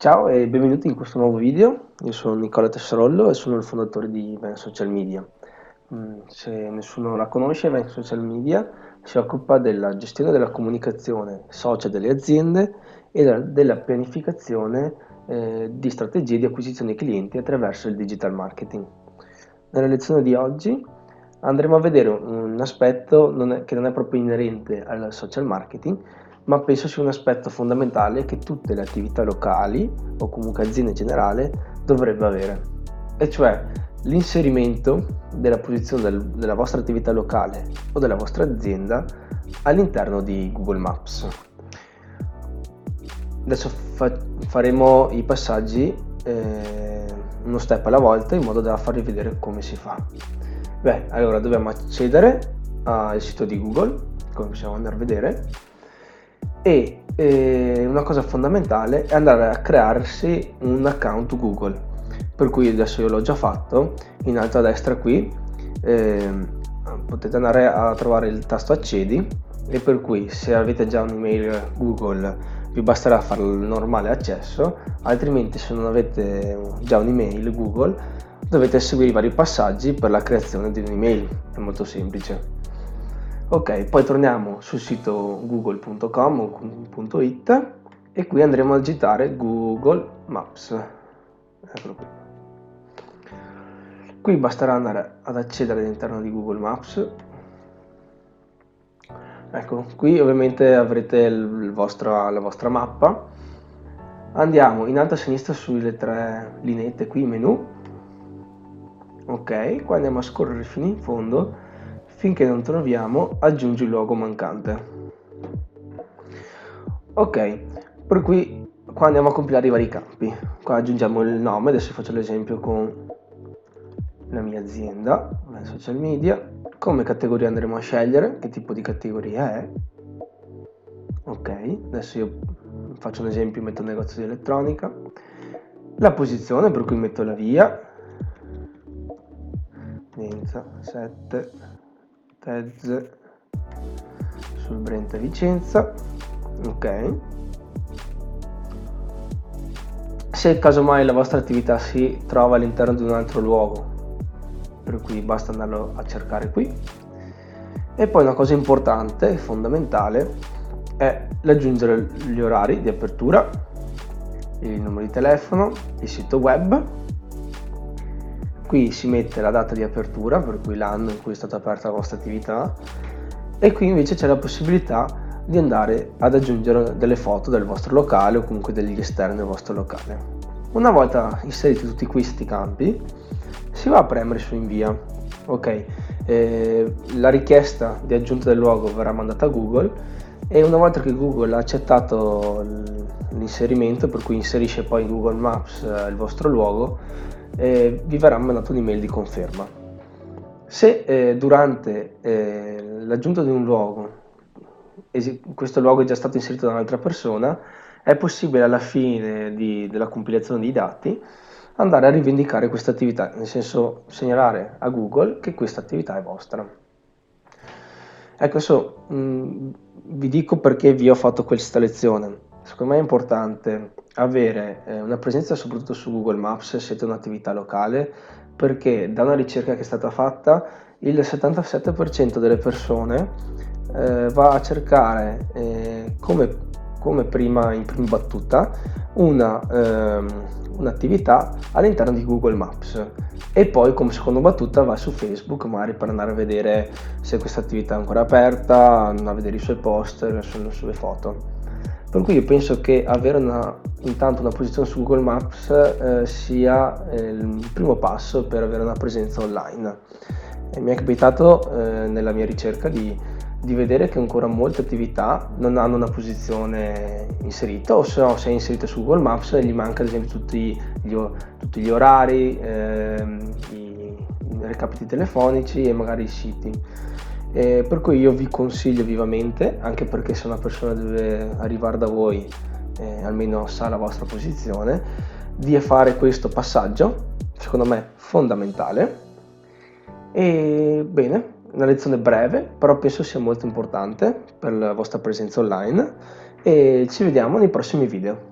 Ciao e benvenuti in questo nuovo video. Io sono Nicola Tessarollo e sono il fondatore di Venn Social Media. Se nessuno la conosce, Venn Social Media si occupa della gestione della comunicazione social delle aziende e della pianificazione di strategie di acquisizione clienti attraverso il digital marketing. Nella lezione di oggi andremo a vedere un aspetto che non è proprio inerente al social marketing, ma penso sia un aspetto fondamentale che tutte le attività locali o comunque aziende in generale dovrebbe avere, e cioè l'inserimento della posizione della vostra attività locale o della vostra azienda all'interno di Google Maps. Adesso faremo i passaggi uno step alla volta in modo da farvi vedere come si fa. Beh, allora dobbiamo accedere al sito di Google, come possiamo andare a vedere, e una cosa fondamentale è andare a crearsi un account Google, per cui adesso io l'ho già fatto. In alto a destra qui potete andare a trovare il tasto accedi, e per cui se avete già un'email Google vi basterà fare il normale accesso, altrimenti se non avete già un'email Google dovete seguire i vari passaggi per la creazione di un'email. È molto semplice. Ok, poi torniamo sul sito google.com o .it e qui andremo a digitare Google Maps. Eccolo qui. Qui basterà andare ad accedere all'interno di Google Maps. Ecco, qui ovviamente avrete la vostra mappa. Andiamo in alto a sinistra sulle tre lineette qui, menu. Ok, qua andiamo a scorrere fino in fondo finché non troviamo aggiungi il logo mancante. Ok, per cui qua andiamo a compilare i vari campi. Qua aggiungiamo il nome, adesso faccio l'esempio con la mia azienda, la social media. Come categoria andremo a scegliere, che tipo di categoria è. Ok, adesso io faccio un esempio, metto negozio di elettronica. La posizione, per cui metto la via, 7 Tez sul Brenta Vicenza. Ok, se casomai la vostra attività si trova all'interno di un altro luogo, per cui basta andarlo a cercare qui. E poi una cosa importante, fondamentale, è l'aggiungere gli orari di apertura, il numero di telefono, il sito web. Qui si mette la data di apertura, per cui l'anno in cui è stata aperta la vostra attività, e qui invece c'è la possibilità di andare ad aggiungere delle foto del vostro locale o comunque degli esterni del vostro locale. Una volta inseriti tutti questi campi, si va a premere su invia. Ok, la richiesta di aggiunta del luogo verrà mandata a Google, e una volta che Google ha accettato l'inserimento, per cui inserisce poi in Google Maps il vostro luogo, vi verrà mandata un'email di conferma. Se durante l'aggiunta di un luogo questo luogo è già stato inserito da un'altra persona, è possibile alla fine della compilazione dei dati andare a rivendicare questa attività, nel senso segnalare a Google che questa attività è vostra. Ecco, adesso vi dico perché vi ho fatto questa lezione. Secondo me è importante avere una presenza soprattutto su Google Maps se siete un'attività locale, perché da una ricerca che è stata fatta il 77% delle persone va a cercare come prima, in prima battuta, un'attività all'interno di Google Maps, e poi come seconda battuta va su Facebook magari per andare a vedere se questa attività è ancora aperta, andare a vedere i suoi post, le sue foto. Per cui io penso che avere intanto una posizione su Google Maps sia il primo passo per avere una presenza online. E mi è capitato nella mia ricerca di vedere che ancora molte attività non hanno una posizione inserita, o se no, se è inserita su Google Maps gli manca ad esempio tutti gli orari, i recapiti telefonici e magari i siti. Per cui io vi consiglio vivamente, anche perché se una persona deve arrivare da voi almeno sa la vostra posizione, di fare questo passaggio, secondo me fondamentale. E bene, una lezione breve, però penso sia molto importante per la vostra presenza online, e ci vediamo nei prossimi video.